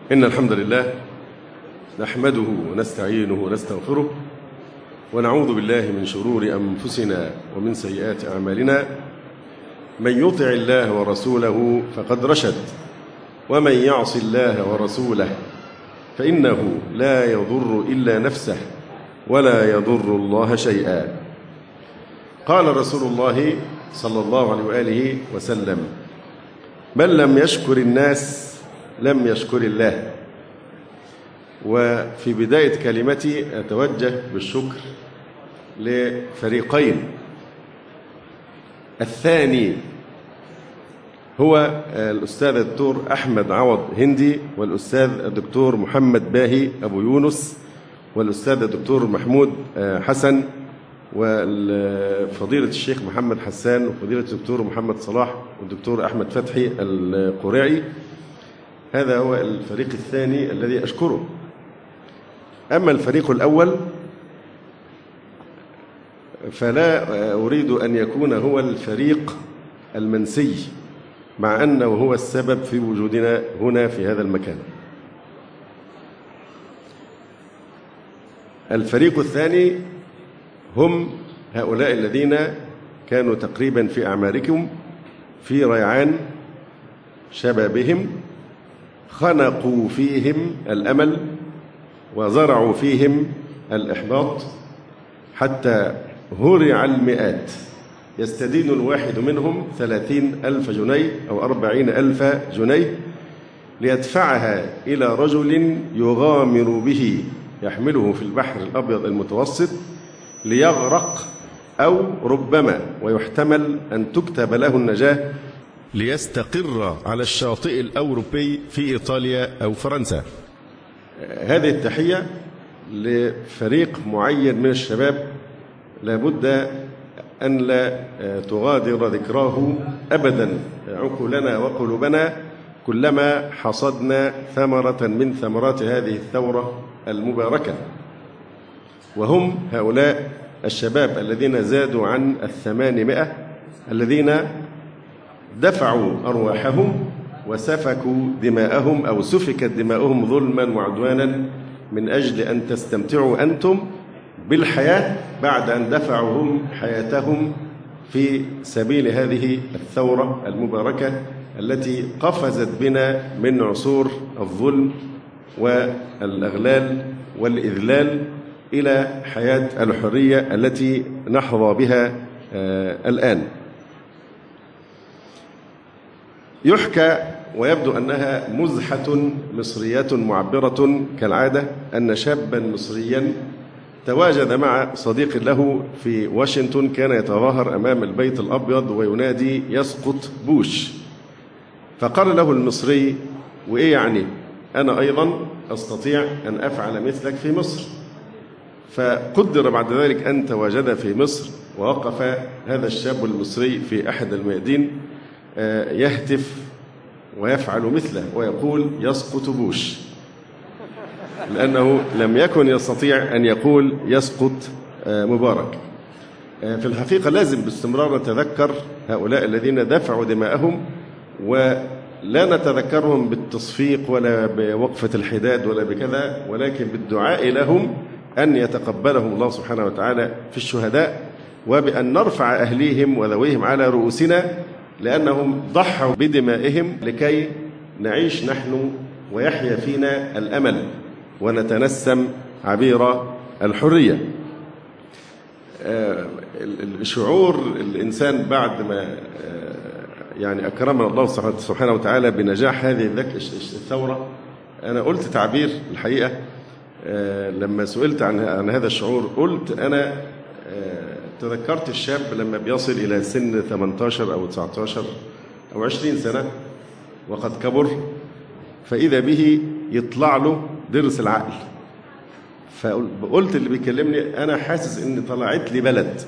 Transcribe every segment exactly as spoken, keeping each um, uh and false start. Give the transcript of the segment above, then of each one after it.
إن الحمد لله نحمده ونستعينه ونستغفره ونعوذ بالله من شرور أنفسنا ومن سيئات أعمالنا. من يطع الله ورسوله فقد رشد، ومن يعص الله ورسوله فإنه لا يضر إلا نفسه ولا يضر الله شيئا. قال رسول الله صلى الله عليه وآله وسلم: من لم يشكر الناس لم يشكر الله. وفي بداية كلمتي أتوجه بالشكر لفريقين. الثاني هو الأستاذ الدكتور أحمد عوض هندي، والأستاذ الدكتور محمد باهي أبو يونس، والأستاذ الدكتور محمود حسن، وفضيلة الشيخ محمد حسان، وفضيلة الدكتور محمد صلاح، والدكتور أحمد فتحي القريعي. هذا هو الفريق الثاني الذي أشكره. أما الفريق الأول فلا أريد أن يكون هو الفريق المنسي، مع أنه هو السبب في وجودنا هنا في هذا المكان. الفريق الثاني هم هؤلاء الذين كانوا تقريبا في أعماركم، في ريعان شبابهم، خنقوا فيهم الأمل وزرعوا فيهم الإحباط حتى هرع المئات. يستدين الواحد منهم ثلاثين ألف جنيه أو أربعين ألف جنيه ليدفعها إلى رجل يغامر به، يحمله في البحر الأبيض المتوسط ليغرق، أو ربما ويحتمل أن تكتب له النجاة ليستقر على الشاطئ الأوروبي في إيطاليا أو فرنسا. هذه التحية لفريق معين من الشباب لابد أن لا تغادر ذكراه أبدا عقولنا وقلوبنا كلما حصدنا ثمرة من ثمرات هذه الثورة المباركة. وهم هؤلاء الشباب الذين زادوا عن الثمانمائة، الذين دفعوا أرواحهم وسفكوا دماءهم أو سفكت دماؤهم ظلما وعدوانا من أجل أن تستمتعوا أنتم بالحياة بعد أن دفعوا هم حياتهم في سبيل هذه الثورة المباركة التي قفزت بنا من عصور الظلم والأغلال والإذلال إلى حياة الحرية التي نحظى بها آه الآن. يحكى ويبدو أنها مزحة مصرية معبرة كالعادة أن شابا مصريا تواجد مع صديق له في واشنطن، كان يتظاهر أمام البيت الأبيض وينادي: يسقط بوش. فقال له المصري: وإيه يعني؟ أنا أيضا أستطيع أن أفعل مثلك في مصر. فقدر بعد ذلك أن تواجد في مصر، ووقف هذا الشاب المصري في أحد الميادين يهتف ويفعل مثله ويقول: يسقط بوش، لأنه لم يكن يستطيع أن يقول يسقط مبارك. في الحقيقة لازم باستمرار نتذكر هؤلاء الذين دفعوا دماءهم، ولا نتذكرهم بالتصفيق ولا بوقفة الحداد ولا بكذا، ولكن بالدعاء لهم أن يتقبلهم الله سبحانه وتعالى في الشهداء، وبأن نرفع أهليهم وذويهم على رؤوسنا، لأنهم ضحوا بدمائهم لكي نعيش نحن ويحيا فينا الأمل ونتنسم عبير الحرية. شعور الإنسان بعد ما يعني أكرمنا الله سبحانه وتعالى بنجاح هذه الثورة، أنا قلت تعبير الحقيقة لما سئلت عن هذا الشعور، قلت أنا تذكرت الشاب لما بيصل إلى سن ثمانية عشر أو تسعة عشر أو عشرين سنة وقد كبر، فإذا به يطلع له ضرس العقل. فقلت اللي بيكلمني: أنا حاسس إن طلعت لي بلد.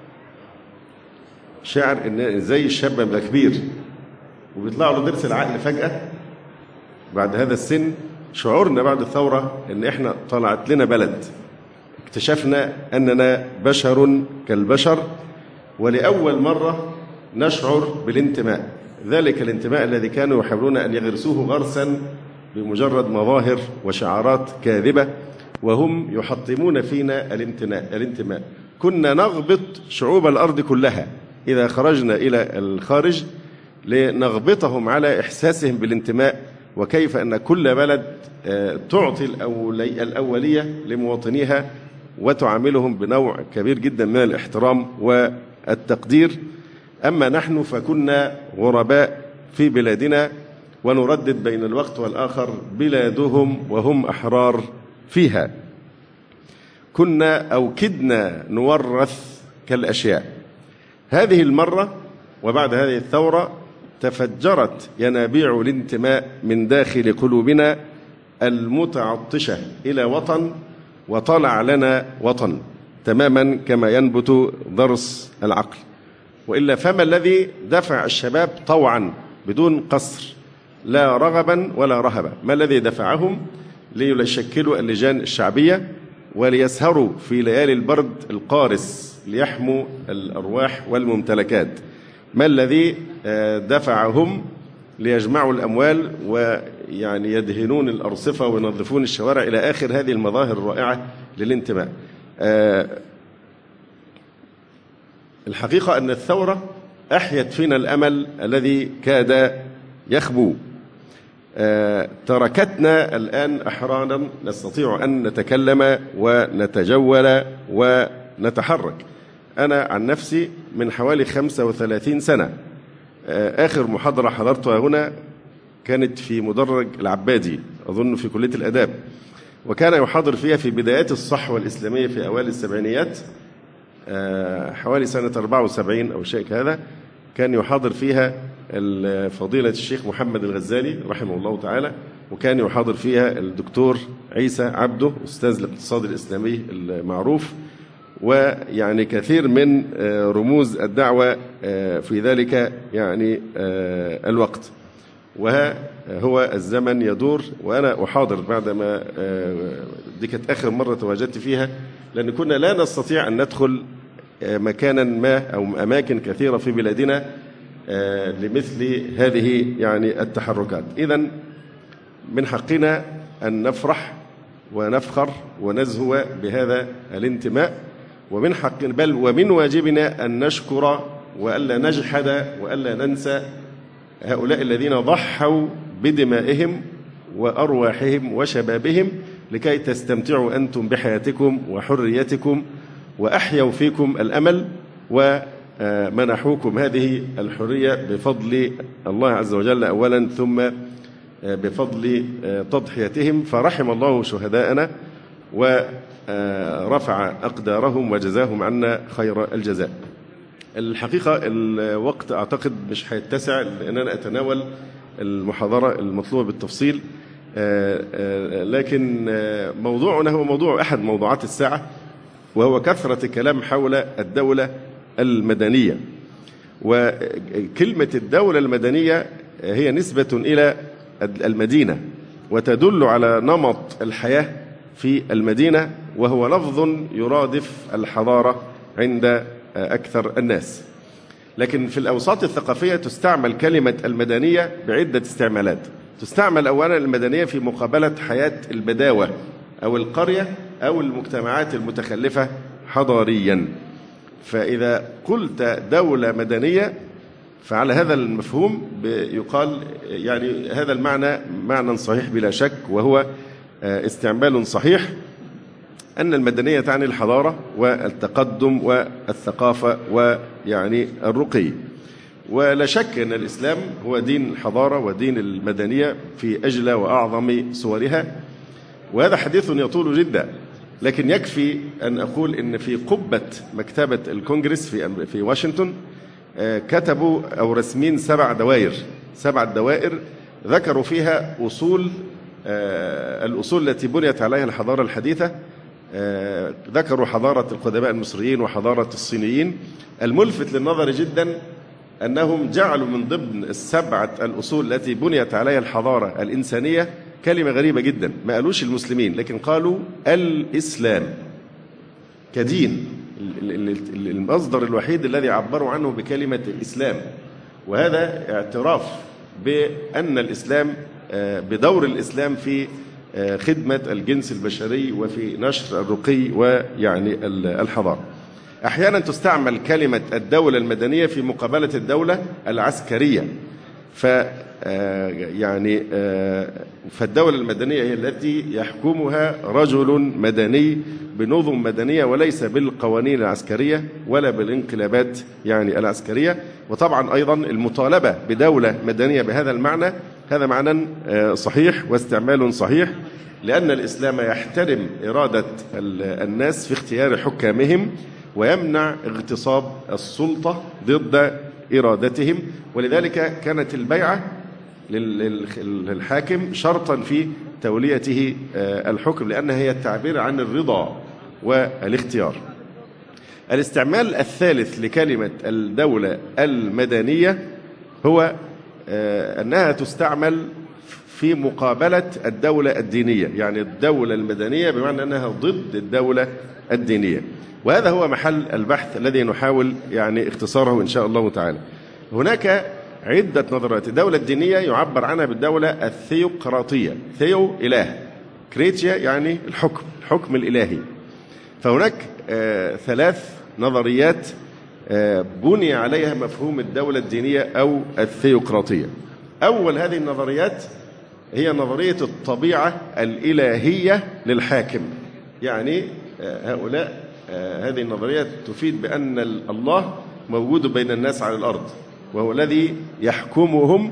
شعر إن زي الشاب بقى كبير وبيطلع له ضرس العقل فجأة بعد هذا السن. شعورنا بعد الثورة إن إحنا طلعت لنا بلد، اكتشفنا أننا بشر كالبشر، ولأول مرة نشعر بالانتماء، ذلك الانتماء الذي كانوا يحاولون أن يغرسوه غرسا بمجرد مظاهر وشعارات كاذبة، وهم يحطمون فينا الانتماء الانتماء كنا نغبط شعوب الأرض كلها إذا خرجنا إلى الخارج لنغبطهم على إحساسهم بالانتماء، وكيف أن كل بلد تعطي الأولية لمواطنيها وتعاملهم بنوع كبير جدا من الاحترام والتقدير. أما نحن فكنا غرباء في بلادنا ونردد بين الوقت والآخر بلادهم وهم أحرار فيها. كنا أو كدنا نورث كالأشياء. هذه المرة وبعد هذه الثورة تفجرت ينابيع الانتماء من داخل قلوبنا المتعطشة إلى وطن، وطلع لنا وطن تماما كما ينبت ضرس العقل. وإلا فما الذي دفع الشباب طوعا بدون قصر لا رغبا ولا رهبا؟ ما الذي دفعهم ليشكلوا اللجان الشعبية وليسهروا في ليالي البرد القارس ليحموا الأرواح والممتلكات؟ ما الذي دفعهم ليجمعوا الأموال ويعني يدهنون الأرصفة وينظفون الشوارع إلى آخر هذه المظاهر الرائعة للانتماء؟ الحقيقة أن الثورة أحيت فينا الأمل الذي كاد يخبو. تركتنا الآن أحرارا نستطيع أن نتكلم ونتجول ونتحرك. أنا عن نفسي من حوالي خمسة وثلاثين سنة آخر محاضرة حضرتها هنا كانت في مدرج العبادي أظن في كلية الآداب، وكان يحاضر فيها في بدايات الصحوة الإسلامية في أوائل السبعينيات حوالي سنة أربعة وسبعين أو شيء كهذا. كان يحاضر فيها فضيلة الشيخ محمد الغزالي رحمه الله تعالى، وكان يحاضر فيها الدكتور عيسى عبده أستاذ الاقتصاد الإسلامي المعروف، ويعني كثير من رموز الدعوة في ذلك يعني الوقت. وهو الزمن يدور وأنا أحاضر بعدما دي كانت آخر مرة تواجدت فيها، لأن كنا لا نستطيع أن ندخل مكانا ما أو أماكن كثيرة في بلادنا لمثل هذه يعني التحركات. إذن من حقنا أن نفرح ونفخر ونزهو بهذا الانتماء، ومن حق بل ومن واجبنا أن نشكر وألا نجحد وألا ننسى هؤلاء الذين ضحوا بدمائهم وأرواحهم وشبابهم لكي تستمتعوا أنتم بحياتكم وحريتكم، وأحيوا فيكم الأمل ومنحوكم هذه الحرية بفضل الله عز وجل أولا، ثم بفضل تضحيتهم. فرحم الله شهداءنا ورفع أقدارهم وجزاهم عنا خير الجزاء. الحقيقة الوقت أعتقد مش هيتسع لأن أنا أتناول المحاضرة المطلوبة بالتفصيل، لكن موضوعنا هو موضوع أحد موضوعات الساعة، وهو كثرة الكلام حول الدولة المدنية. وكلمة الدولة المدنية هي نسبة إلى المدينة وتدل على نمط الحياة في المدينة، وهو لفظ يرادف الحضارة عند أكثر الناس. لكن في الأوساط الثقافية تستعمل كلمة المدنية بعدة استعمالات. تستعمل أولا المدنية في مقابلة حياة البداوة أو القرية أو المجتمعات المتخلفة حضاريا. فإذا قلت دولة مدنية فعلى هذا المفهوم يقال يعني هذا المعنى معنى صحيح بلا شك، وهو استعمال صحيح أن المدنية تعني الحضارة والتقدم والثقافة ويعني الرقي. ولا شك أن الإسلام هو دين الحضارة ودين المدنية في أجلى وأعظم صورها، وهذا حديث يطول جدا، لكن يكفي أن أقول إن في قبة مكتبة الكونغرس في في واشنطن كتبوا أو رسمين سبع دوائر سبع دوائر ذكروا فيها أصول الأصول التي بنيت عليها الحضارة الحديثة. ذكروا حضارة القدماء المصريين وحضارة الصينيين. الملفت للنظر جدا أنهم جعلوا من ضمن السبعة الأصول التي بنيت عليها الحضارة الإنسانية كلمة غريبة جدا، ما قالوش المسلمين لكن قالوا الإسلام كدين، المصدر الوحيد الذي عبروا عنه بكلمة الإسلام. وهذا اعتراف بأن الإسلام بدور الإسلام في خدمة الجنس البشري وفي نشر الرقي ويعني الحضارة. أحيانا تستعمل كلمة الدولة المدنية في مقابلة الدولة العسكرية، ف يعني فالدولة المدنية هي التي يحكمها رجل مدني بنظم مدنية وليس بالقوانين العسكرية ولا بالانقلابات يعني العسكرية. وطبعا أيضا المطالبة بدولة مدنية بهذا المعنى هذا معنى صحيح واستعمال صحيح، لأن الإسلام يحترم إرادة الناس في اختيار حكامهم ويمنع اغتصاب السلطة ضد إرادتهم، ولذلك كانت البيعة للحاكم شرطا في توليته الحكم، لأنها هي التعبير عن الرضا والاختيار. الاستعمال الثالث لكلمة الدولة المدنية هو أنها تستعمل في مقابلة الدولة الدينية، يعني الدولة المدنية بمعنى أنها ضد الدولة الدينية، وهذا هو محل البحث الذي نحاول يعني اختصاره إن شاء الله تعالى. هناك عدة نظريات. الدولة الدينية يعبر عنها بالدولة الثيوقراطية، ثيو إله، كريتيا يعني الحكم، الحكم الإلهي. فهناك آه ثلاث نظريات آه بني عليها مفهوم الدولة الدينية أو الثيوقراطية. أول هذه النظريات هي نظرية الطبيعة الإلهية للحاكم، يعني آه هؤلاء آه هذه النظرية تفيد بأن الله موجود بين الناس على الأرض، وهو الذي يحكمهم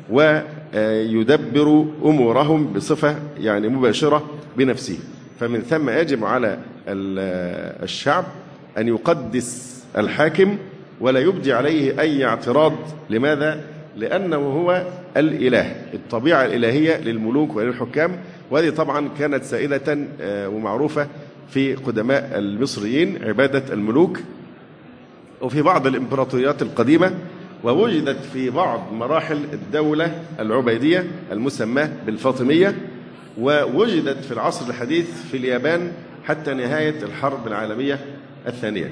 ويدبر أمورهم بصفة يعني مباشرة بنفسه. فمن ثم يجب على الشعب أن يقدس الحاكم ولا يبدي عليه أي اعتراض. لماذا؟ لأنه هو الإله، الطبيعة الإلهية للملوك وللحكام، وهذه طبعا كانت سائدة ومعروفة في قدماء المصريين، عبادة الملوك، وفي بعض الإمبراطوريات القديمة، ووجدت في بعض مراحل الدولة العبيدية المسماة بالفاطمية، ووجدت في العصر الحديث في اليابان حتى نهاية الحرب العالمية الثانية.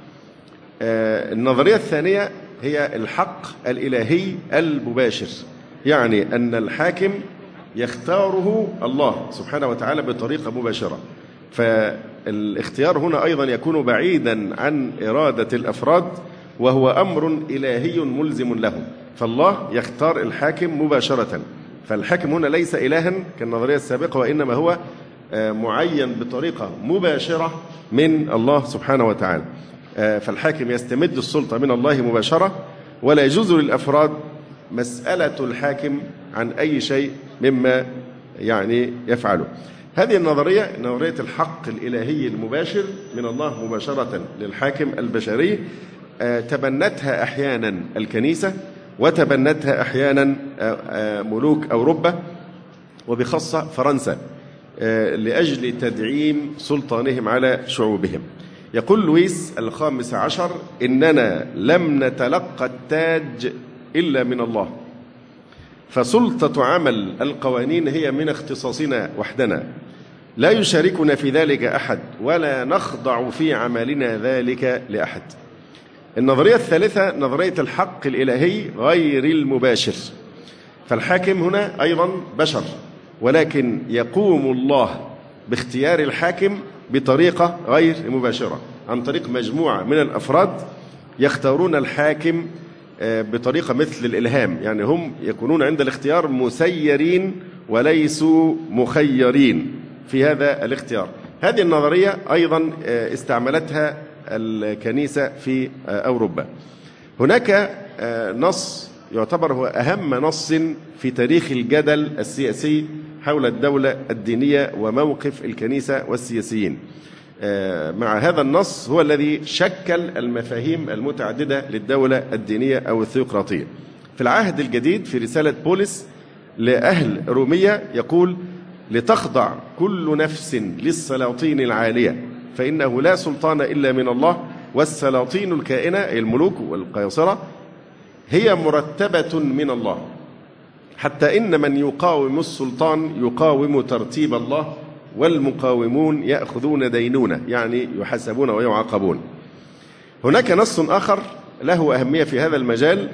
النظرية الثانية هي الحق الإلهي المباشر، يعني أن الحاكم يختاره الله سبحانه وتعالى بطريقة مباشرة، فالاختيار هنا أيضا يكون بعيدا عن إرادة الأفراد، وهو أمر إلهي ملزم لهم، فالله يختار الحاكم مباشرة. فالحاكم هنا ليس إلها كالنظرية السابقة، وإنما هو معين بطريقة مباشرة من الله سبحانه وتعالى. فالحاكم يستمد السلطة من الله مباشرة، ولا يجوز للأفراد مسألة الحاكم عن أي شيء مما يعني يفعله. هذه النظرية نظرية الحق الإلهي المباشر من الله مباشرة للحاكم البشري، تبنتها أحيانا الكنيسة وتبنتها أحيانا ملوك أوروبا وبخاصة فرنسا لأجل تدعيم سلطانهم على شعوبهم. يقول لويس الخامس عشر: إننا لم نتلقى التاج إلا من الله، فسلطة عمل القوانين هي من اختصاصنا وحدنا، لا يشاركنا في ذلك أحد ولا نخضع في عملنا ذلك لأحد. النظرية الثالثة نظرية الحق الإلهي غير المباشر، فالحاكم هنا أيضا بشر، ولكن يقوم الله باختيار الحاكم بطريقة غير مباشرة عن طريق مجموعة من الأفراد يختارون الحاكم بطريقة مثل الإلهام، يعني هم يكونون عند الاختيار مسيرين وليسوا مخيرين في هذا الاختيار. هذه النظرية أيضا استعملتها الكنيسة في أوروبا. هناك نص يعتبر هو أهم نص في تاريخ الجدل السياسي حول الدولة الدينية وموقف الكنيسة والسياسيين. مع هذا النص هو الذي شكل المفاهيم المتعددة للدولة الدينية أو الثيوقراطية. في العهد الجديد في رسالة بولس لأهل رومية يقول: لتخضع كل نفس للسلاطين العالية، فإنه لا سلطان إلا من الله، والسلاطين الكائنة الملوك والقياصرة هي مرتبة من الله، حتى إن من يقاوم السلطان يقاوم ترتيب الله، والمقاومون يأخذون دينونة، يعني يحاسبون ويعاقبون. هناك نص آخر له أهمية في هذا المجال،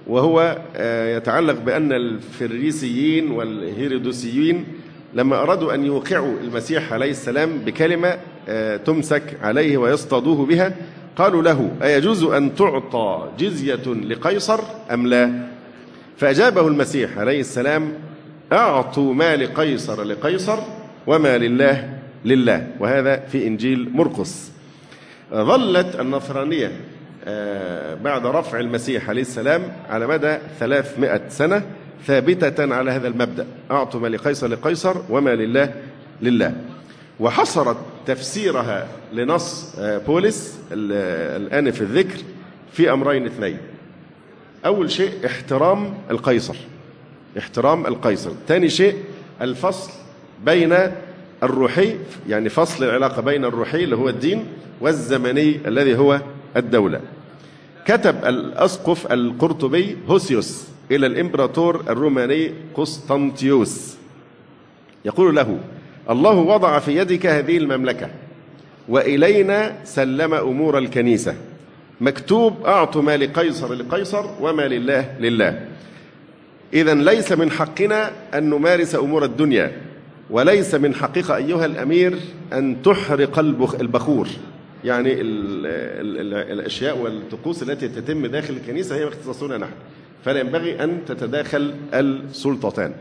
وهو يتعلق بأن الفريسيين والهيرودوسيين لما أرادوا أن يوقعوا المسيح عليه السلام بكلمة تمسك عليه ويصطادوه بها، قالوا له: أيجوز أن تعطى جزية لقيصر أم لا؟ فأجابه المسيح عليه السلام: أعطوا ما لقيصر لقيصر وما لله لله. وهذا في إنجيل مرقس. ظلت النصرانية بعد رفع المسيح عليه السلام على مدى ثلاثمائة سنة ثابتة على هذا المبدأ: أعطوا ما لقيصر لقيصر وما لله لله. وحصرت تفسيرها لنص بولس الآن في الذكر في أمرين اثنين. أول شيء احترام القيصر، احترام القيصر. ثاني شيء الفصل بين الروحي، يعني فصل العلاقة بين الروحي اللي هو الدين والزمني الذي هو الدولة. كتب الأسقف القرطبي هوسيوس إلى الإمبراطور الروماني قسطنطيوس يقول له: الله وضع في يدك هذه المملكة وإلينا سلم أمور الكنيسة، مكتوب: أعطوا ما لقيصر لقيصر وما لله لله. إذن ليس من حقنا أن نمارس أمور الدنيا، وليس من حقك أيها الأمير أن تحرق البخور، يعني ال ال ال الأشياء والطقوس التي تتم داخل الكنيسة هي اختصاصنا نحن، فلا ينبغي أن تتداخل السلطتان.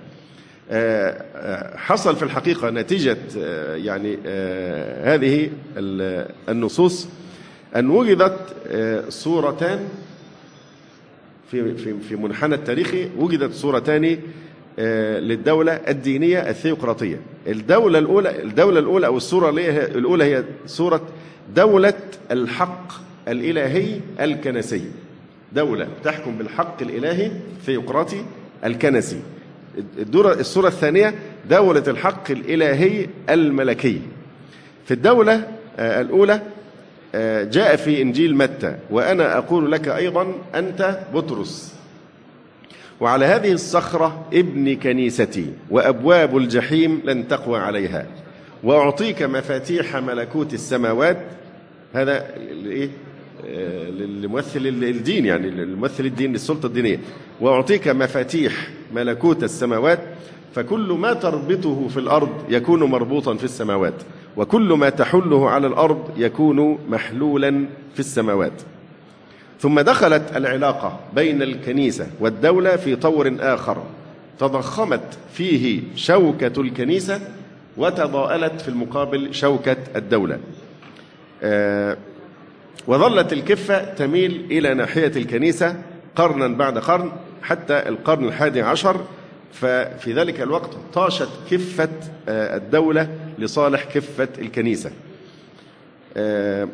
حصل في الحقيقة نتيجة يعني هذه النصوص أن وجدت صورتان في في في منحنى التاريخي، وجدت صورتان للدولة الدينية الثيوقراطية. الدولة الأولى الدولة الأولى أو الصورة الأولى هي صورة دولة الحق الإلهي الكنسي، دولة تحكم بالحق الإلهي الثيوقراطي الكنسي. الصورة الثانية دولة الحق الإلهي الملكي. في الدولة الأولى جاء في إنجيل متى: وأنا أقول لك أيضا أنت بطرس، وعلى هذه الصخرة ابني كنيستي، وأبواب الجحيم لن تقوى عليها، وأعطيك مفاتيح ملكوت السماوات. هذا لإيه؟ لممثل الدين، يعني لممثل الدين للسلطة الدينية. وأعطيك مفاتيح ملكوت السماوات، فكل ما تربطه في الأرض يكون مربوطا في السماوات، وكل ما تحله على الأرض يكون محلولا في السماوات. ثم دخلت العلاقة بين الكنيسة والدولة في طور آخر، تضخمت فيه شوكة الكنيسة وتضاءلت في المقابل شوكة الدولة. آه وظلت الكفة تميل إلى ناحية الكنيسة قرنا بعد قرن حتى القرن الحادي عشر، ففي ذلك الوقت طاشت كفة آه الدولة لصالح كفة الكنيسة. آه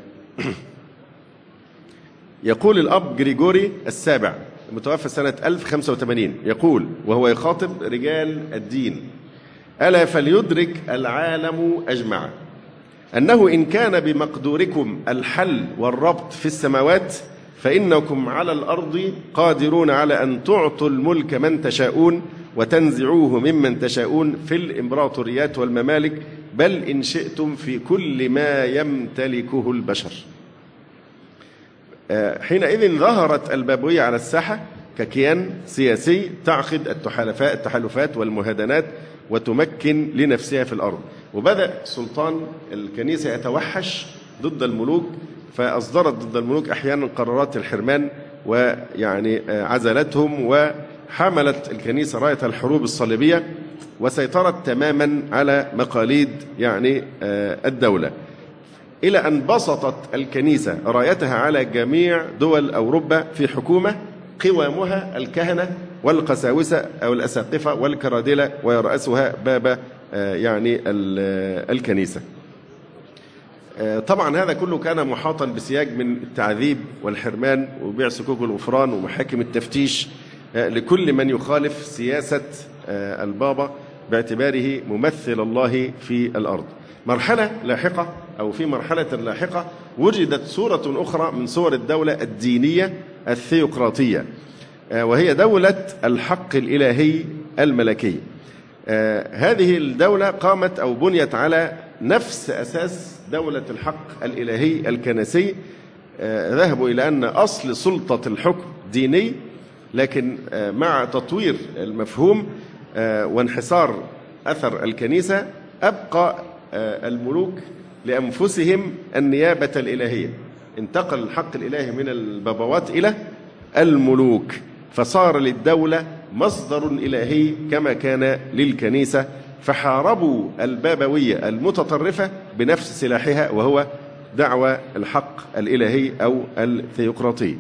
يقول الأب غريغوري السابع المتوفى سنة ألف وخمسة وثمانين، يقول وهو يخاطب رجال الدين: ألا فليدرك العالم أجمع أنه إن كان بمقدوركم الحل والربط في السماوات، فإنكم على الأرض قادرون على أن تعطوا الملك من تشاءون وتنزعوه ممن تشاءون في الإمبراطوريات والممالك، بل إن شئتم في كل ما يمتلكه البشر. حينئذ ظهرت البابوية على الساحة ككيان سياسي تعقد التحالفات التحالفات والمهادنات وتمكن لنفسها في الأرض. وبدأ سلطان الكنيسة يتوحش ضد الملوك، فأصدرت ضد الملوك أحيانا قرارات الحرمان ويعني عزلتهم، وحملت الكنيسة راية الحروب الصليبية وسيطرت تماما على مقاليد يعني الدولة، إلى أن بسطت الكنيسة رايتها على جميع دول أوروبا في حكومة قوامها الكهنة والقساوسة أو الأساقفة والكرادلة، ويرأسها بابا يعني الكنيسة. طبعا هذا كله كان محاطا بسياج من التعذيب والحرمان وبيع صكوك الغفران ومحاكم التفتيش لكل من يخالف سياسة البابا باعتباره ممثل الله في الأرض. مرحلة لاحقة أو في مرحلة لاحقة وجدت صورة أخرى من صور الدولة الدينية الثيوقراطية، وهي دولة الحق الإلهي الملكي. هذه الدولة قامت أو بنيت على نفس أساس دولة الحق الإلهي الكنسي. ذهبوا إلى أن أصل سلطة الحكم ديني، لكن مع تطوير المفهوم وانحصار أثر الكنيسة أبقى الملوك لأنفسهم النيابة الإلهية. انتقل الحق الإلهي من البابوات إلى الملوك، فصار للدولة مصدر إلهي كما كان للكنيسة، فحاربوا البابوية المتطرفة بنفس سلاحها وهو دعوى الحق الإلهي أو الثيوقراطي.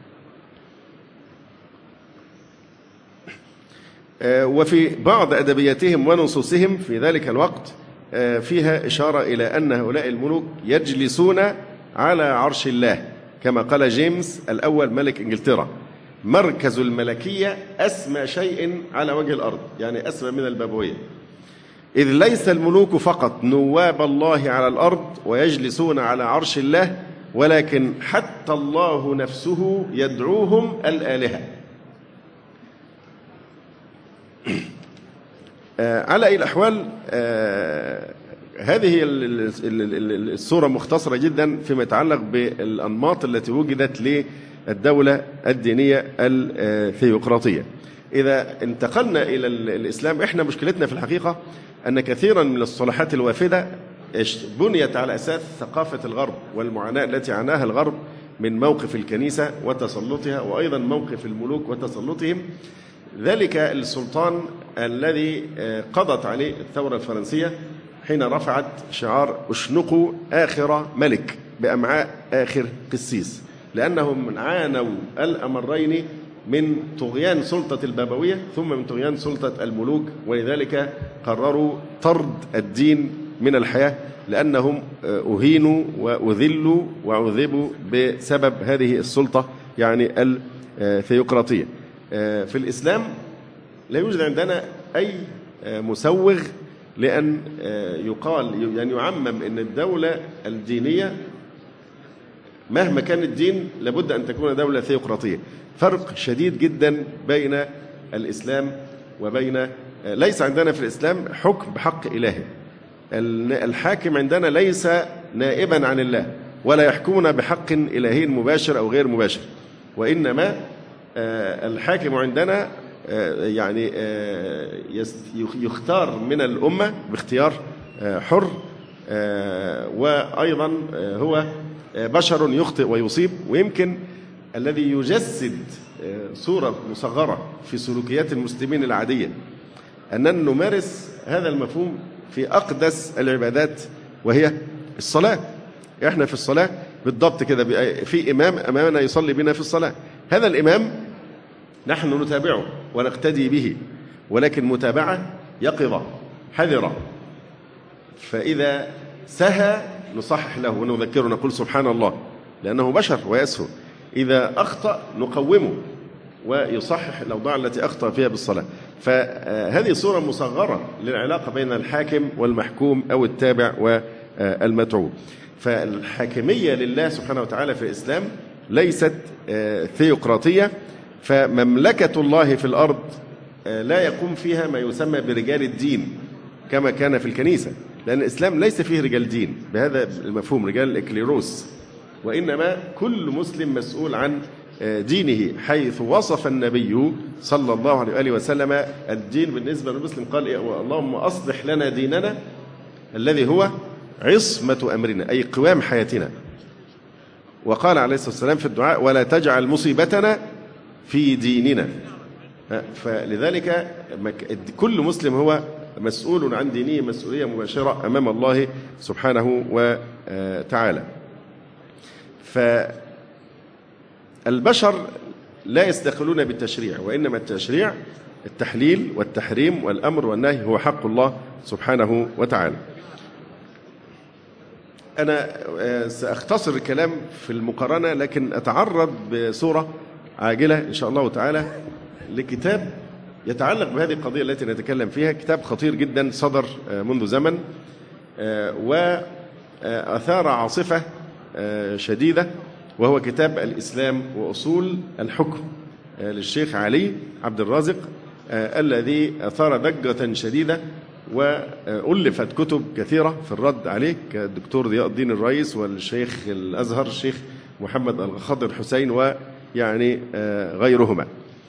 وفي بعض أدبياتهم ونصوصهم في ذلك الوقت فيها إشارة إلى أن هؤلاء الملوك يجلسون على عرش الله، كما قال جيمس الأول ملك إنجلترا: مركز الملكية أسمى شيء على وجه الأرض، يعني أسمى من البابوية، إذ ليس الملوك فقط نواب الله على الأرض ويجلسون على عرش الله، ولكن حتى الله نفسه يدعوهم الآلهة. على أي الأحوال هذه الصورة مختصرة جدا فيما يتعلق بالأنماط التي وجدت للدولة الدينية الثيوقراطية. إذا انتقلنا إلى الإسلام، إحنا مشكلتنا في الحقيقة أن كثيرا من الصلاحات الوافدة بنيت على أساس ثقافة الغرب والمعاناة التي عاناها الغرب من موقف الكنيسة وتسلطها، وأيضا موقف الملوك وتسلطهم. ذلك السلطان الذي قضت عليه الثورة الفرنسية حين رفعت شعار اشنقوا آخر ملك بأمعاء آخر قسيس، لأنهم عانوا الأمرين من طغيان سلطة البابوية ثم من طغيان سلطة الملوك، ولذلك قرروا طرد الدين من الحياة، لأنهم أهينوا وأذلوا وعذبوا بسبب هذه السلطة يعني الثيوقراطية. في الإسلام لا يوجد عندنا أي مسوغ لأن يقال يعني يعمم أن الدولة الدينية مهما كان الدين لابد أن تكون دولة ثيوقراطية. فرق شديد جدا بين الإسلام وبين، ليس عندنا في الإسلام حكم بحق إلهي، الحاكم عندنا ليس نائبا عن الله ولا يحكمنا بحق إلهي مباشر أو غير مباشر، وإنما الحاكم عندنا يعني يختار من الأمة باختيار حر، وأيضا هو بشر يخطئ ويصيب. ويمكن الذي يجسد صورة مصغرة في سلوكيات المسلمين العادية أننا نمارس هذا المفهوم في أقدس العبادات وهي الصلاة. إحنا في الصلاة بالضبط كده في إمام أمامنا يصلي بنا في الصلاة، هذا الإمام نحن نتابعه ونقتدي به، ولكن متابعة يقظة حذرة، فإذا سهى نصحح له ونذكره نقول سبحان الله لأنه بشر ويسهو، إذا أخطأ نقومه ويصحح الأوضاع التي أخطأ فيها بالصلاة. فهذه صورة مصغرة للعلاقة بين الحاكم والمحكوم أو التابع والمتعو. فالحاكمية لله سبحانه وتعالى في الإسلام ليست ثيوقراطية، فمملكة الله في الأرض لا يقوم فيها ما يسمى برجال الدين كما كان في الكنيسة، لأن الإسلام ليس فيه رجال دين بهذا المفهوم رجال الإكليروس، وإنما كل مسلم مسؤول عن دينه، حيث وصف النبي صلى الله عليه وآله وسلم الدين بالنسبة للمسلم قال اللهم أصلح لنا ديننا الذي هو عصمة أمرنا أي قوام حياتنا. وقال عليه الصلاة والسلام في الدعاء ولا تجعل مصيبتنا في ديننا. فلذلك كل مسلم هو مسؤول عن دينه مسؤولية مباشرة أمام الله سبحانه وتعالى. فالبشر لا يستقلون بالتشريع، وإنما التشريع التحليل والتحريم والأمر والنهي هو حق الله سبحانه وتعالى. أنا سأختصر الكلام في المقارنة، لكن أتعرض بصورة عاجلة إن شاء الله تعالى لكتاب يتعلق بهذه القضية التي نتكلم فيها، كتاب خطير جدا صدر منذ زمن وأثار عاصفة شديدة، وهو كتاب الإسلام وأصول الحكم للشيخ علي عبد الرازق، الذي أثار ضجة شديدة وألفت كتب كثيرة في الرد عليه كالدكتور ضياء الدين الرئيس والشيخ الأزهر الشيخ محمد الخضر حسين ويعني غيرهما.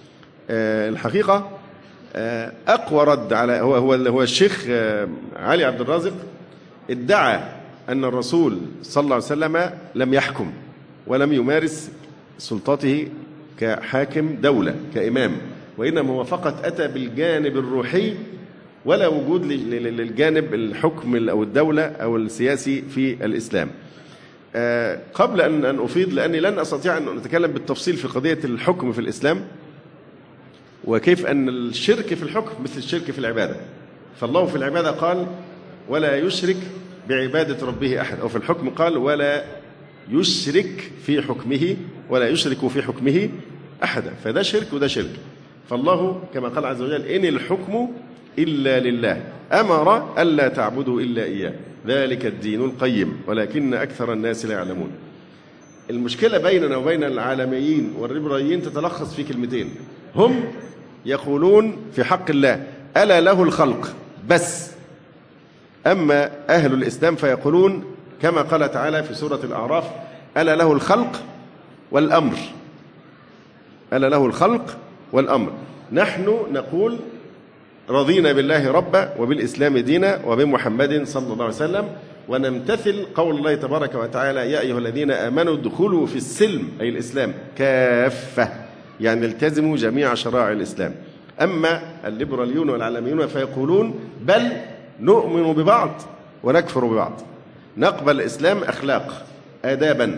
الحقيقة أقوى رد على هو هو هو الشيخ علي عبد الرازق ادعى أن الرسول صلى الله عليه وسلم لم يحكم ولم يمارس سلطته كحاكم دولة كإمام، وإنما هو فقط أتى بالجانب الروحي ولا وجود للجانب الحكم أو الدولة أو السياسي في الإسلام. قبل أن أن أفيض، لأني لن أستطيع أن أتكلم بالتفصيل في قضية الحكم في الإسلام وكيف أن الشرك في الحكم مثل الشرك في العبادة، فالله في العبادة قال ولا يشرك بعبادة ربه أحد، أو في الحكم قال ولا يشرك في حكمه ولا يشرك في حكمه أحدا، فده شرك وده شرك. فالله كما قال عز وجل إن الحكم إلا لله أمر ألا تعبدوا إلا إياه ذلك الدين القيم ولكن أكثر الناس لا يعلمون. المشكلة بيننا وبين العالميين والليبراليين تتلخص في كلمتين، هم يقولون في حق الله ألا له الخلق بس، أما أهل الإسلام فيقولون كما قال تعالى في سورة الأعراف ألا له الخلق والأمر، ألا له الخلق والأمر. نحن نقول رضينا بالله ربا وبالإسلام دينا وبمحمد صلى الله عليه وسلم، ونمتثل قول الله تبارك وتعالى يا أيها الذين آمنوا ادخلوا في السلم أي الإسلام كافة، يعني التزموا جميع شرائع الإسلام. أما الليبراليون والعلميون فيقولون بل نؤمن ببعض ونكفر ببعض، نقبل الإسلام أخلاق آدابا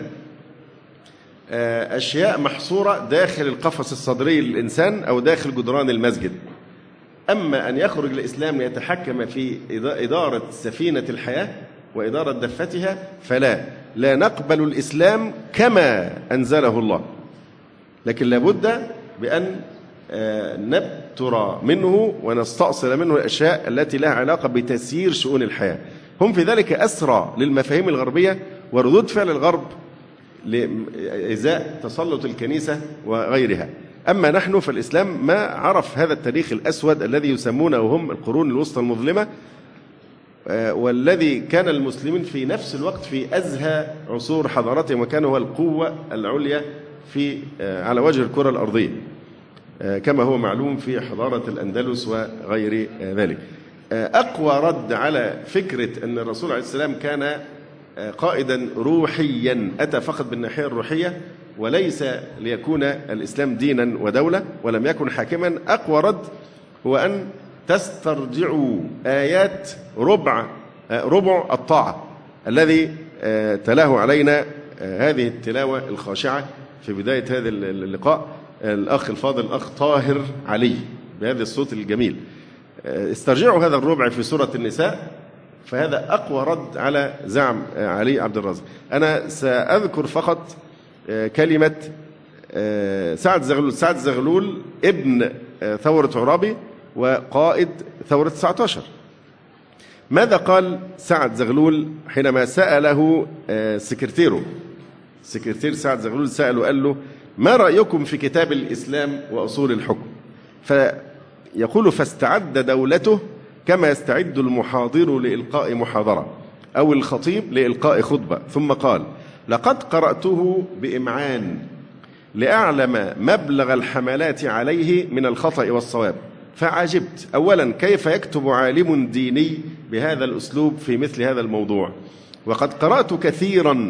أشياء محصورة داخل القفص الصدري للإنسان أو داخل جدران المسجد، أما أن يخرج الإسلام ليتحكم في إدارة سفينة الحياة وإدارة دفتها فلا، لا نقبل الإسلام كما أنزله الله، لكن لابد بأن نبتر منه ونستأصل منه الأشياء التي لها علاقة بتسيير شؤون الحياة. هم في ذلك أسرى للمفاهيم الغربية وردود فعل الغرب لإزاء تسلط الكنيسة وغيرها. أما نحن فالإسلام ما عرف هذا التاريخ الأسود الذي يسمونه هم القرون الوسطى المظلمة، والذي كان المسلمين في نفس الوقت في أزهى عصور حضارتهم وكانوا هو القوة العليا في على وجه الكرة الأرضية كما هو معلوم في حضارة الأندلس وغير ذلك. أقوى رد على فكرة أن الرسول عليه السلام كان قائدا روحيا أتى فقط بالناحية الروحية وليس ليكون الإسلام دينا ودولة ولم يكن حاكما، أقوى رد هو أن تسترجعوا آيات ربع ربع الطاعة الذي تلاه علينا هذه التلاوة الخاشعة في بداية هذا اللقاء الأخ الفاضل الأخ طاهر علي بهذا الصوت الجميل. استرجعوا هذا الربع في سورة النساء، فهذا أقوى رد على زعم علي عبد الرازق. أنا سأذكر فقط كلمة سعد زغلول. سعد زغلول ابن ثورة عرابي وقائد ثورة تسعة عشر. ماذا قال سعد زغلول حينما سأله سكرتيره؟ سكرتير سعد زغلول سأله قال له ما رأيكم في كتاب الإسلام وأصول الحكم؟ فيقول فاستعد دولته كما يستعد المحاضر لإلقاء محاضرة أو الخطيب لإلقاء خطبة، ثم قال لقد قرأته بإمعان لأعلم مبلغ الحملات عليه من الخطأ والصواب، فعجبت أولا كيف يكتب عالم ديني بهذا الأسلوب في مثل هذا الموضوع، وقد قرأت كثيرا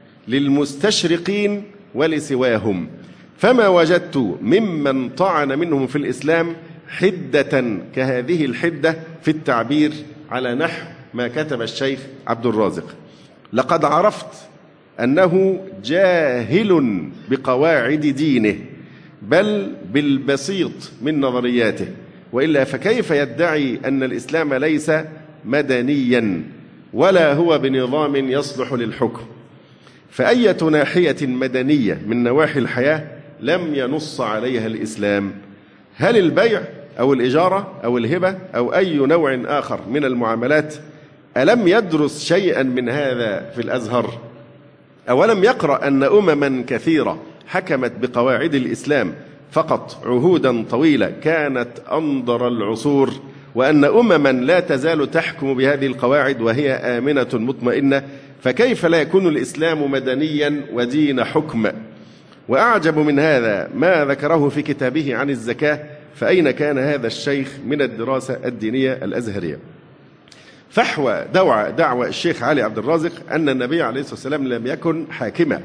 للمستشرقين ولسواهم فما وجدت ممن طعن منهم في الإسلام حدة كهذه الحدة في التعبير على نحو ما كتب الشيخ عبد الرازق. لقد عرفت أنه جاهل بقواعد دينه بل بالبسيط من نظرياته، وإلا فكيف يدعي أن الإسلام ليس مدنيا ولا هو بنظام يصلح للحكم؟ فأية ناحية مدنية من نواحي الحياة لم ينص عليها الإسلام؟ هل البيع أو الإجارة أو الهبة أو أي نوع آخر من المعاملات؟ ألم يدرس شيئا من هذا في الأزهر؟ أولم يقرأ أن أمما كثيرة حكمت بقواعد الإسلام فقط عهودا طويلة كانت أنظر العصور، وأن أمما لا تزال تحكم بهذه القواعد وهي آمنة مطمئنة؟ فكيف لا يكون الإسلام مدنيا ودين حكم؟ وأعجب من هذا ما ذكره في كتابه عن الزكاة، فأين كان هذا الشيخ من الدراسة الدينية الأزهرية؟ فحوى دعوى دعوى الشيخ علي عبد الرازق أن النبي عليه الصلاة والسلام لم يكن حاكما،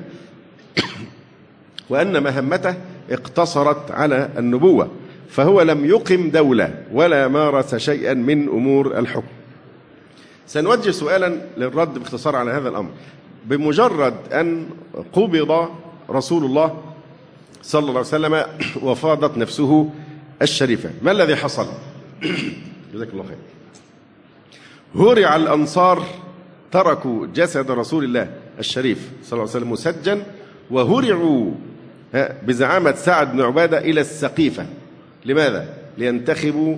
وأن مهمته اقتصرت على النبوة، فهو لم يقم دولة ولا مارس شيئا من أمور الحكم. سنوجه سؤالا للرد باختصار على هذا الأمر. بمجرد أن قبض رسول الله صلى الله عليه وسلم وفاضت نفسه الشريفة، ما الذي حصل؟ جزاك الله خير. هرع الأنصار، تركوا جسد رسول الله الشريف صلى الله عليه وسلم مسجن، وهرعوا بزعامة سعد بن عبادة إلى السقيفة. لماذا؟ لينتخبوا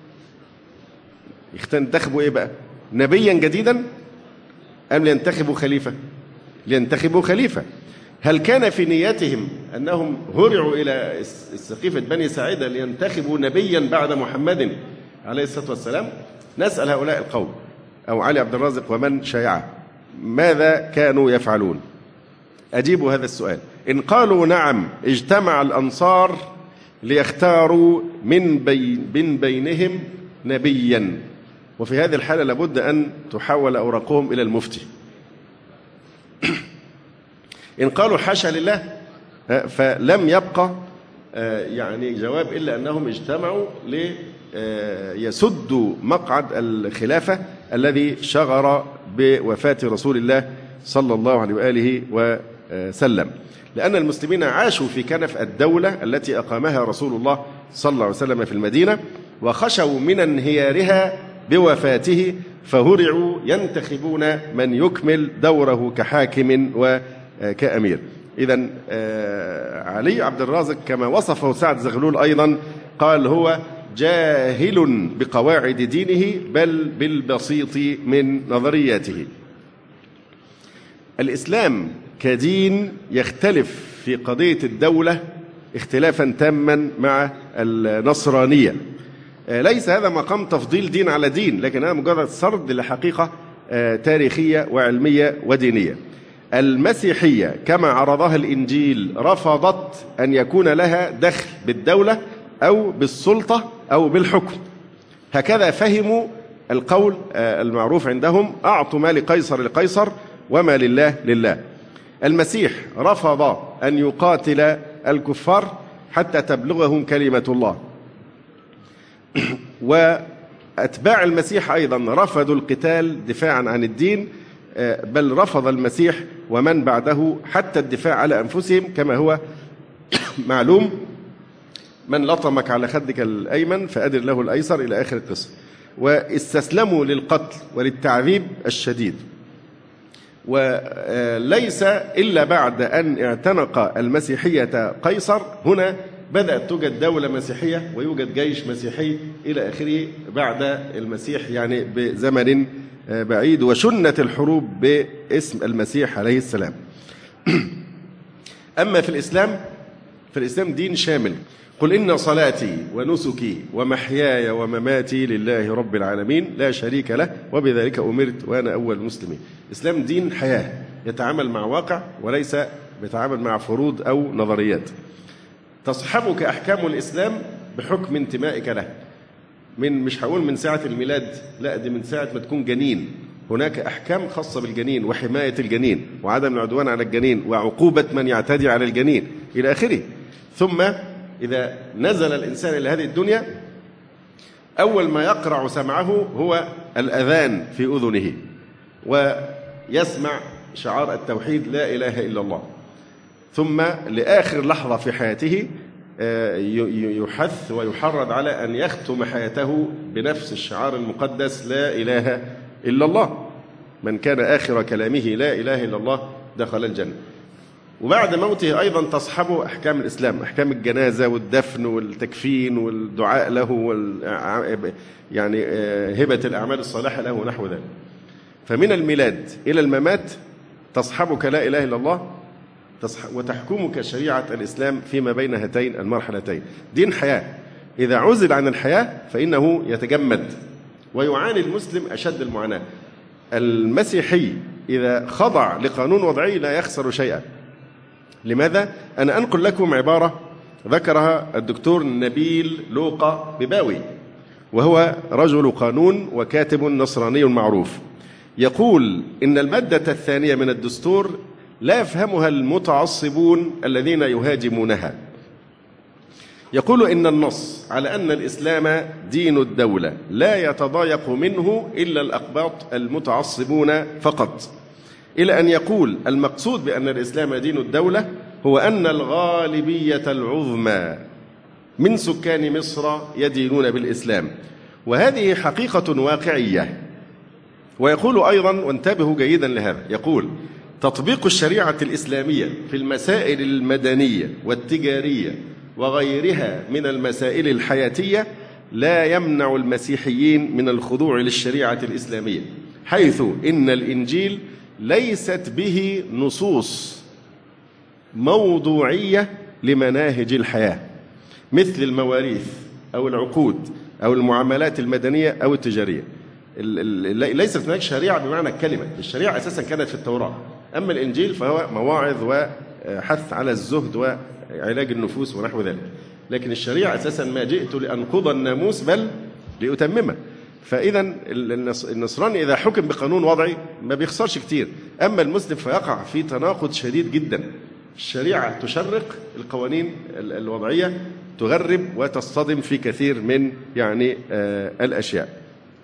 ينتخبوا إيه بقى؟ نبيا جديدا أم لينتخبوا خليفة؟ لينتخبوا خليفة. هل كان في نيتهم أنهم هرعوا إلى السقيفة بني ساعدة لينتخبوا نبيا بعد محمد عليه الصلاة والسلام؟ نسأل هؤلاء القوم أو علي عبد الرازق ومن شايعه ماذا كانوا يفعلون؟ أجيبوا هذا السؤال. إن قالوا نعم، اجتمع الأنصار ليختاروا من بين, من بينهم نبيا، وفي هذه الحالة لابد أن تحول أوراقهم إلى المفتي. إن قالوا حاشا لله، فلم يبقى يعني جواب إلا أنهم اجتمعوا ليسدوا مقعد الخلافة الذي شغر بوفاة رسول الله صلى الله عليه وآله وسلم، لأن المسلمين عاشوا في كنف الدولة التي أقامها رسول الله صلى الله عليه وسلم في المدينة، وخشوا من انهيارها بوفاته، فهرعوا ينتخبون من يكمل دوره كحاكم وكأمير. إذن علي عبد الرازق كما وصفه سعد زغلول أيضا قال هو جاهل بقواعد دينه بل بالبسيط من نظرياته. الإسلام كدين يختلف في قضية الدولة اختلافا تاما مع النصرانية. ليس هذا مقام تفضيل دين على دين، لكن هذا مجرد سرد لحقيقة تاريخية وعلمية ودينية. المسيحية كما عرضها الإنجيل رفضت أن يكون لها دخل بالدولة أو بالسلطة أو بالحكم، هكذا فهموا القول المعروف عندهم: أعطوا ما لقيصر لقيصر وما لله لله. المسيح رفض أن يقاتل الكفار حتى تبلغهم كلمة الله، وأتباع المسيح أيضا رفضوا القتال دفاعا عن الدين، بل رفض المسيح ومن بعده حتى الدفاع على أنفسهم، كما هو معلوم: من لطمك على خدك الأيمن فأدر له الأيسر، إلى آخر القصة. واستسلموا للقتل وللتعذيب الشديد، وليس إلا بعد أن اعتنق المسيحية قيصر هنا بدأت توجد دولة مسيحية ويوجد جيش مسيحي إلى آخره بعد المسيح، يعني بزمن بعيد، وشنت الحروب باسم المسيح عليه السلام. أما في الإسلام، في الإسلام دين شامل: قل إن صلاتي ونسكي ومحياي ومماتي لله رب العالمين لا شريك له وبذلك أمرت وأنا أول المسلمين. الإسلام دين حياة يتعامل مع واقع وليس يتعامل مع فروض أو نظريات. تصحبك أحكام الإسلام بحكم انتمائك له، من مش هقول من ساعة الميلاد، لا، دي من ساعة ما تكون جنين. هناك أحكام خاصة بالجنين وحماية الجنين وعدم العدوان على الجنين وعقوبة من يعتدي على الجنين إلى آخره. ثم إذا نزل الإنسان إلى هذه الدنيا أول ما يقرع سمعه هو الأذان في أذنه، ويسمع شعار التوحيد لا إله إلا الله، ثم لآخر لحظة في حياته يحث ويحرض على أن يختم حياته بنفس الشعار المقدس لا إله إلا الله. من كان آخر كلامه لا إله إلا الله دخل الجنة. وبعد موته أيضا تصحبه أحكام الإسلام، أحكام الجنازة والدفن والتكفين والدعاء له وال... يعني هبة الأعمال الصالحة له ونحو ذلك. فمن الميلاد إلى الممات تصحبك لا إله إلا الله وتحكمك شريعة الإسلام فيما بين هاتين المرحلتين. دين حياة، إذا عزل عن الحياة فإنه يتجمد ويعاني المسلم أشد المعاناة. المسيحي إذا خضع لقانون وضعي لا يخسر شيئا، لماذا؟ أنا أنقل لكم عبارة ذكرها الدكتور نبيل لوقا بباوي، وهو رجل قانون وكاتب نصراني معروف. يقول إن المادة الثانية من الدستور لا يفهمها المتعصبون الذين يهاجمونها. يقول إن النص على أن الإسلام دين الدولة لا يتضايق منه إلا الأقباط المتعصبون فقط، إلى أن يقول المقصود بأن الإسلام دين الدولة هو أن الغالبية العظمى من سكان مصر يدينون بالإسلام، وهذه حقيقة واقعية. ويقول أيضا، وانتبهوا جيدا لهذا، يقول تطبيق الشريعة الإسلامية في المسائل المدنية والتجارية وغيرها من المسائل الحياتية لا يمنع المسيحيين من الخضوع للشريعة الإسلامية، حيث إن الإنجيل ليست به نصوص موضوعية لمناهج الحياة مثل المواريث أو العقود أو المعاملات المدنية أو التجارية. ليست هناك شريعة بمعنى الكلمة، الشريعة أساسا كانت في التوراة، أما الإنجيل فهو مواعظ وحث على الزهد وعلاج النفوس ونحو ذلك. لكن الشريعة أساسا ما جئت لأنقض الناموس بل لأتممه. فإذا النصراني إذا حكم بقانون وضعي ما بيخسرش كتير، أما المسلم فيقع في تناقض شديد جدا. الشريعة تشرق، القوانين الوضعية تغرب وتصطدم في كثير من يعني الأشياء.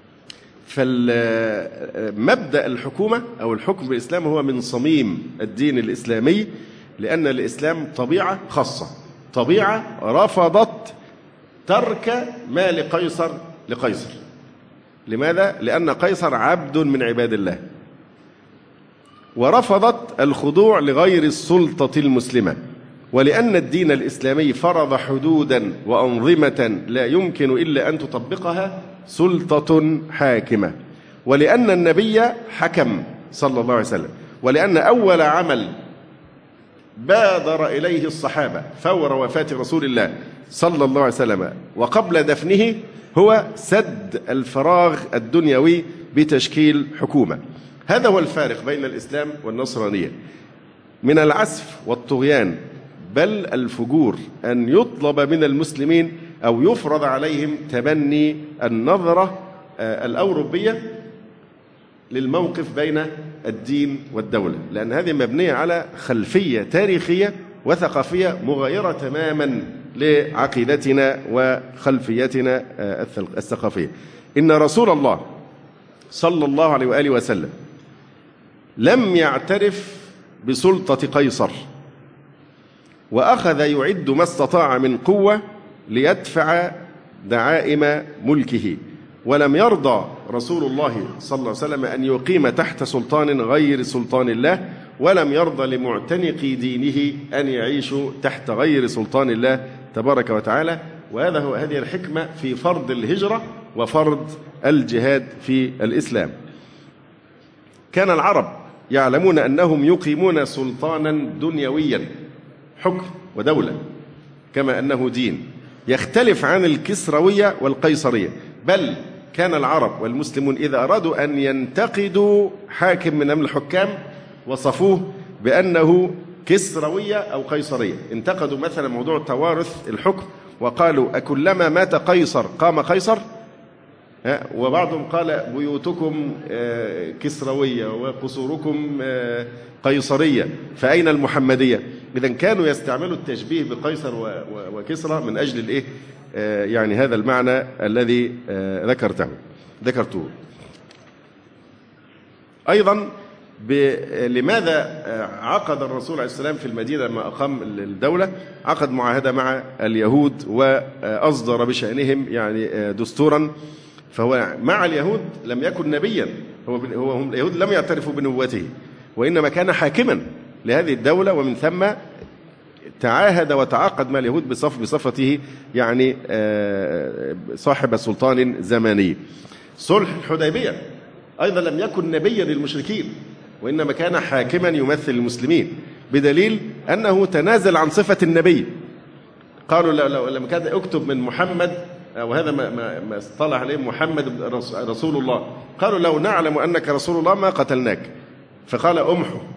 فمبدأ الحكومة أو الحكم بالإسلام هو من صميم الدين الإسلامي، لأن الإسلام طبيعة خاصة، طبيعة رفضت ترك ما لقيصر لقيصر. لماذا؟ لأن قيصر عبد من عباد الله، ورفضت الخضوع لغير السلطة المسلمة، ولأن الدين الإسلامي فرض حدودا وأنظمة لا يمكن إلا أن تطبقها سلطة حاكمة، ولأن النبي حكم صلى الله عليه وسلم، ولأن أول عمل بادر إليه الصحابة فور وفاة رسول الله صلى الله عليه وسلم وقبل دفنه هو سد الفراغ الدنيوي بتشكيل حكومة. هذا هو الفارق بين الإسلام والنصرانية. من العسف والطغيان بل الفجور أن يطلب من المسلمين أو يفرض عليهم تبني النظرة الأوروبية للموقف بين الدين والدولة، لأن هذه مبنية على خلفية تاريخية وثقافية مغايرة تماما لعقيدتنا وخلفيتنا الثقافية. إن رسول الله صلى الله عليه وآله وسلم لم يعترف بسلطة قيصر، وأخذ يعد ما استطاع من قوة ليدفع دعائم ملكه، ولم يرضى رسول الله صلى الله عليه وسلم أن يقيم تحت سلطان غير سلطان الله، ولم يرضى لمعتنقي دينه أن يعيشوا تحت غير سلطان الله تبارك وتعالى. وهذا هو هذه الحكمة في فرض الهجرة وفرض الجهاد في الإسلام. كان العرب يعلمون أنهم يقيمون سلطانا دنيويا، حكم ودولة، كما أنه دين يختلف عن الكسروية والقيصرية. بل كان العرب والمسلمون إذا أرادوا أن ينتقدوا حاكم من الحكام وصفوه بأنه كسروية أو قيصرية. انتقدوا مثلا موضوع توارث الحكم وقالوا أكلما مات قيصر قام قيصر، وبعضهم قال بيوتكم كسروية وقصوركم قيصرية فأين المحمدية؟ إذن كانوا يستعملوا التشبيه بقيصر وكسرى من أجل الإيه؟ يعني هذا المعنى الذي ذكرته ذكرته أيضا. لماذا عقد الرسول عليه السلام في المدينة لما أقام الدولة عقد معاهدة مع اليهود وأصدر بشأنهم يعني دستورا؟ فهو مع اليهود لم يكن نبيا، هو هو هم اليهود لم يعترفوا بنبوته، وإنما كان حاكما لهذه الدولة، ومن ثم تعاهد وتعاقد مع اليهود بصف بصفته يعني صاحب سلطان زماني. صلح الحديبية أيضا لم يكن نبيا للمشركين، وإنما كان حاكما يمثل المسلمين، بدليل أنه تنازل عن صفة النبي. قالوا لو لما كان اكتب من محمد، وهذا ما ما اصطلح عليه محمد رسول الله، قالوا لو نعلم أنك رسول الله ما قتلناك، فقال أمحو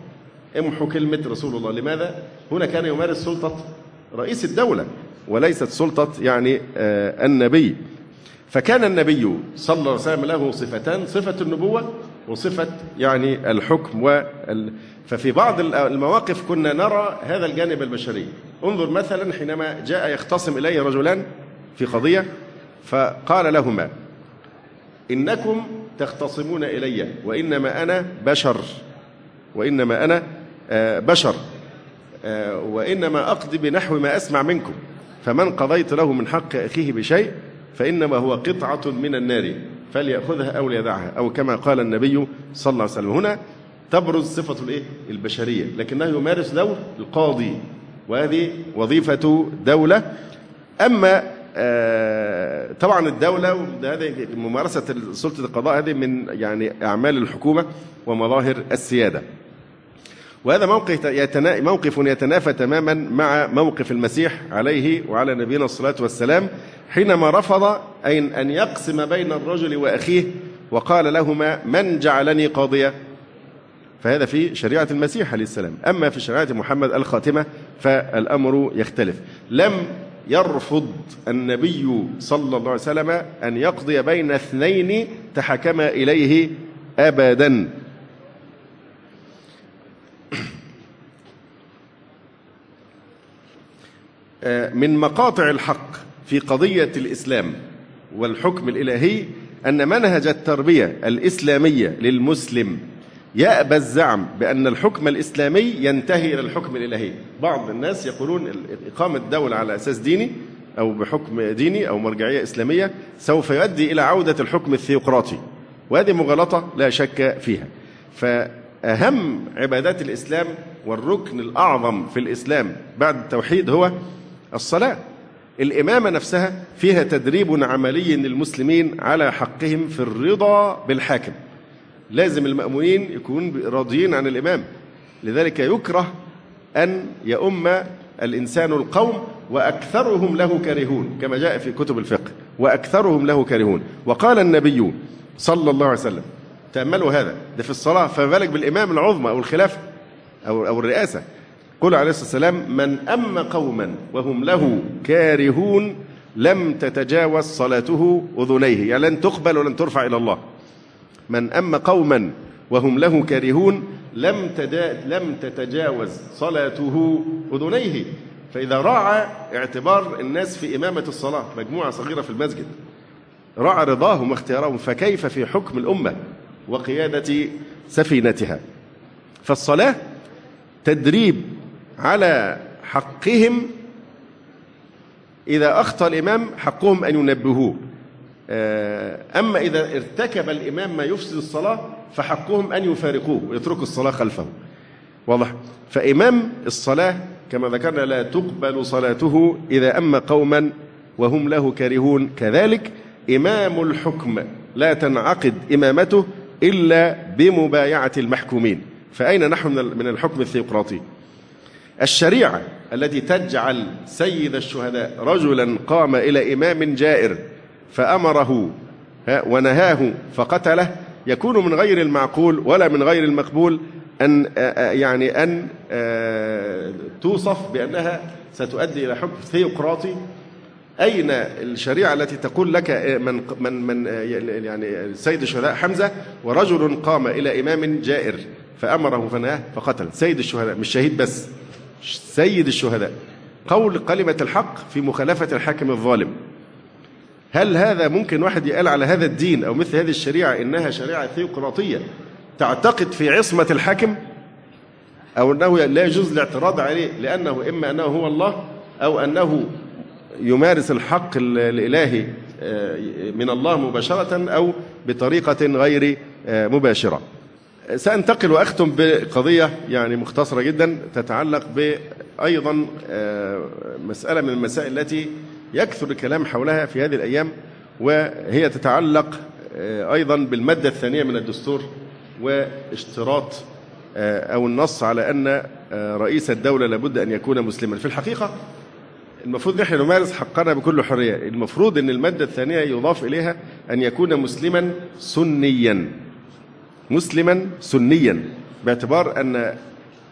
امحوا كلمة رسول الله. لماذا؟ هنا كان يمارس سلطة رئيس الدولة وليست سلطة يعني آه النبي. فكان النبي صلى الله عليه وسلم له صفتان، صفة النبوة وصفة يعني الحكم. وال... ففي بعض المواقف كنا نرى هذا الجانب البشري. انظر مثلا حينما جاء يختصم إليه رجلان في قضية، فقال لهما: إنكم تختصمون إلي وإنما أنا بشر، وإنما أنا بشر، وإنما أقضي بنحو ما أسمع منكم، فمن قضيت له من حق أخيه بشيء فإنما هو قطعة من النار فليأخذها أو ليدعها، أو كما قال النبي صلى الله عليه وسلم. هنا تبرز صفة الإيه؟ البشرية، لكنه يمارس دور القاضي، وهذه وظيفة دولة. أما آه طبعا الدولة هذه ممارسة سلطة القضاء هذه من يعني أعمال الحكومة ومظاهر السيادة. وهذا موقف يتنا... موقف يتنافى تماما مع موقف المسيح عليه وعلى نبينا الصلاة والسلام حينما رفض أن أن يقسم بين الرجل وأخيه وقال لهما: من جعلني قاضيا؟ فهذا في شريعة المسيح عليه السلام. أما في شريعة محمد الخاتمة فالأمر يختلف. لم يرفض النبي صلى الله عليه وسلم أن يقضي بين اثنين تحكما إليه أبدا. من مقاطع الحق في قضية الإسلام والحكم الإلهي أن منهج التربية الإسلامية للمسلم يأبى الزعم بأن الحكم الإسلامي ينتهي إلى الحكم الإلهي. بعض الناس يقولون إقامة الدولة على أساس ديني أو بحكم ديني أو مرجعية إسلامية سوف يؤدي إلى عودة الحكم الثيوقراطي، وهذه مغالطة لا شك فيها. فأهم عبادات الإسلام والركن الأعظم في الإسلام بعد التوحيد هو الصلاة. الإمامة نفسها فيها تدريب عملي للمسلمين على حقهم في الرضا بالحاكم. لازم المأمونين يكونون راضيين عن الإمام، لذلك يكره أن يؤم الإنسان القوم وأكثرهم له كارهون، كما جاء في كتب الفقه: وأكثرهم له كارهون. وقال النبي صلى الله عليه وسلم، تأملوا هذا، ده في الصلاة، فما بالك بالإمام العظمى أو الخلافة أو أو الرئاسة. قل عليه الصلاة والسلام: من أم قوما وهم له كارهون لم تتجاوز صلاته أذنيه، يعني لن تقبل ولن ترفع إلى الله. من أم قوما وهم له كارهون لم لم تتجاوز صلاته أذنيه. فإذا راعى اعتبار الناس في إمامة الصلاة مجموعة صغيرة في المسجد، راعى رضاهم واختيارهم، فكيف في حكم الأمة وقيادة سفينتها؟ فالصلاة تدريب على حقهم، إذا أخطأ الإمام حقهم أن ينبهوه، أما إذا ارتكب الإمام ما يفسد الصلاة فحقهم أن يفارقوه ويتركوا الصلاة خلفه. واضح؟ فإمام الصلاة كما ذكرنا لا تقبل صلاته إذا أم قوما وهم له كارهون. كذلك إمام الحكم لا تنعقد إمامته إلا بمبايعة المحكومين. فأين نحن من الحكم الثيوقراطي؟ الشريعة التي تجعل سيد الشهداء رجلا قام إلى إمام جائر فأمره ونهاه فقتله يكون من غير المعقول ولا من غير المقبول أن يعني أن توصف بأنها ستؤدي إلى حكم ثيوقراطي. أين الشريعة التي تقول لك من من من يعني سيد الشهداء حمزة ورجل قام إلى إمام جائر فأمره فنهاه فقتل؟ سيد الشهداء، مش شهيد بس، سيد الشهداء، قول كلمة الحق في مخالفة الحاكم الظالم. هل هذا ممكن واحد يقال على هذا الدين أو مثل هذه الشريعة إنها شريعة ثيوقراطية تعتقد في عصمة الحاكم، أو أنه لا يجوز الاعتراض عليه لأنه إما أنه هو الله أو أنه يمارس الحق الإلهي من الله مباشرة أو بطريقة غير مباشرة؟ سأنتقل وأختم بقضية يعني مختصرة جدا تتعلق بأيضا مسألة من المسائل التي يكثر الكلام حولها في هذه الأيام، وهي تتعلق أيضا بالمادة الثانية من الدستور واشتراط أو النص على أن رئيس الدولة لابد أن يكون مسلما. في الحقيقة المفروض نحن نمارس حقنا بكل حرية. المفروض أن المادة الثانية يضاف إليها أن يكون مسلما سنيا، مسلما سنيا، باعتبار أن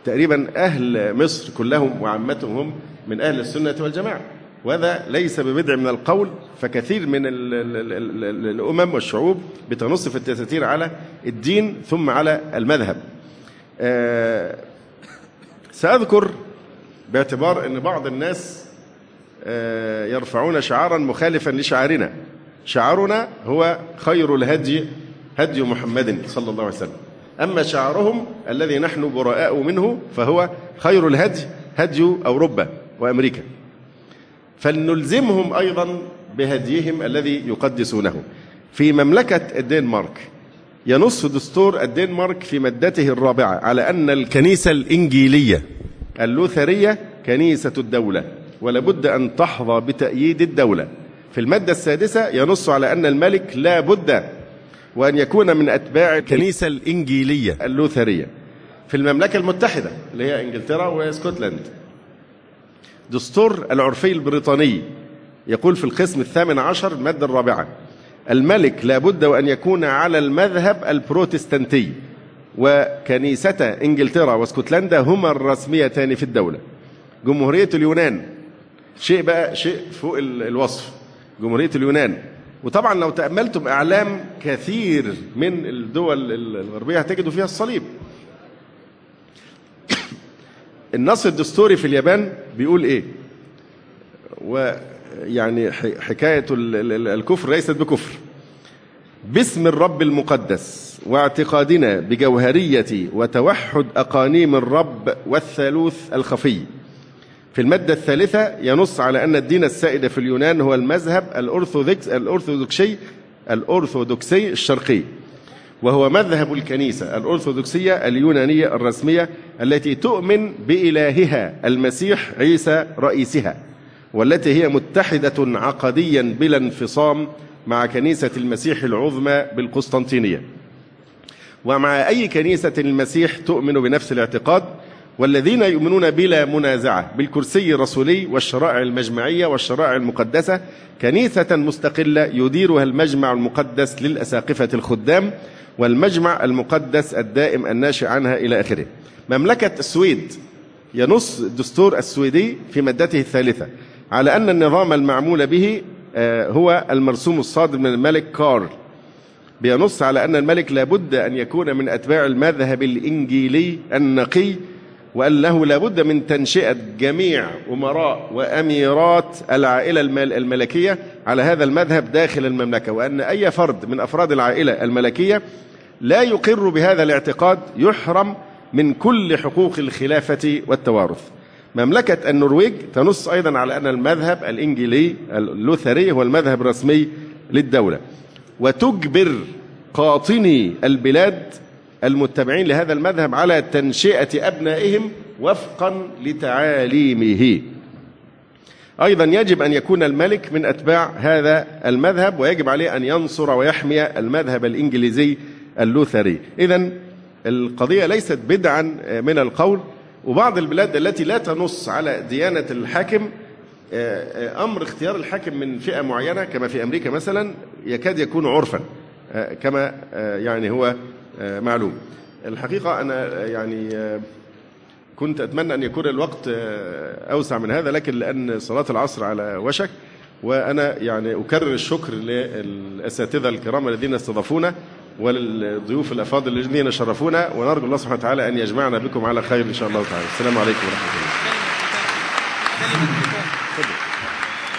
تقريبا أهل مصر كلهم وعامتهم هم من أهل السنة والجماعة، وهذا ليس ببدع من القول. فكثير من الأمم والشعوب بتنص في الدساتير على الدين ثم على المذهب. أه سأذكر باعتبار أن بعض الناس أه يرفعون شعارا مخالفا لشعارنا. شعارنا هو خير الهدي هدي محمد صلى الله عليه وسلم، أما شعارهم الذي نحن براء منه فهو خير الهدي هدي أوروبا وأمريكا، فلنلزمهم أيضا بهديهم الذي يقدسونه. في مملكة الدنمارك ينص دستور الدنمارك في مادته الرابعة على أن الكنيسة الإنجيلية اللوثرية كنيسة الدولة ولابد أن تحظى بتأييد الدولة. في المادة السادسة ينص على أن الملك لا بد وأن يكون من أتباع الكنيسة الإنجيلية اللوثرية. في المملكة المتحدة اللي هي إنجلترا واسكتلند دستور العرفي البريطاني يقول في القسم الثامن عشر المادة الرابعة الملك لا بد وأن يكون على المذهب البروتستانتي، وكنيستا إنجلترا واسكتلندا هما الرسميتان في الدولة. جمهورية اليونان شيء بقى شيء فوق الوصف، جمهورية اليونان. وطبعا لو تأملتم أعلام كثير من الدول الغربية هتجدوا فيها الصليب. النص الدستوري في اليابان بيقول إيه؟ ويعني حكاية الكفر ليست بكفر. باسم الرب المقدس واعتقادنا بجوهرية وتوحد أقانيم الرب والثالوث الخفي. في المادة الثالثة ينص على أن الدين السائد في اليونان هو المذهب الأرثوذكس الأرثوذكسي الأرثوذكسي الشرقي، وهو مذهب الكنيسة الأرثوذكسية اليونانية الرسمية التي تؤمن بإلهها المسيح عيسى رئيسها، والتي هي متحدة عقديا بلا انفصام مع كنيسة المسيح العظمى بالقسطنطينية، ومع أي كنيسة المسيح تؤمن بنفس الاعتقاد، والذين يؤمنون بلا منازعة بالكرسي الرسولي والشرائع المجمعية والشرائع المقدسة، كنيسة مستقلة يديرها المجمع المقدس للأساقفة الخدام والمجمع المقدس الدائم الناشئ عنها إلى آخره. مملكة السويد ينص الدستور السويدي في مادته الثالثة على أن النظام المعمول به هو المرسوم الصادر من الملك كارل، بينص على أن الملك لابد أن يكون من أتباع المذهب الإنجيلي النقي، وأن له لابد من تنشئة جميع أمراء وأميرات العائلة الملكية على هذا المذهب داخل المملكة، وأن أي فرد من أفراد العائلة الملكية لا يقر بهذا الاعتقاد يحرم من كل حقوق الخلافة والتوارث. مملكة النرويج تنص أيضا على أن المذهب الإنجيلي اللوثري هو المذهب الرسمي للدولة، وتجبر قاطني البلاد المتبعين لهذا المذهب على تنشئة أبنائهم وفقا لتعاليمه. أيضا يجب أن يكون الملك من أتباع هذا المذهب، ويجب عليه أن ينصر ويحمي المذهب الإنجليزي اللوثري. إذن القضية ليست بدعا من القول. وبعض البلاد التي لا تنص على ديانة الحاكم أمر اختيار الحاكم من فئة معينة كما في أمريكا مثلا يكاد يكون عرفا كما يعني هو معلوم. الحقيقة أنا يعني كنت أتمنى أن يكون الوقت أوسع من هذا، لكن لأن صلاة العصر على وشك، وأنا يعني أكرر الشكر للأساتذة الكرام الذين استضافونا وللضيوف الأفاضل الذين شرفونا، ونرجو الله سبحانه وتعالى أن يجمعنا بكم على خير إن شاء الله تعالى. السلام عليكم ورحمة الله.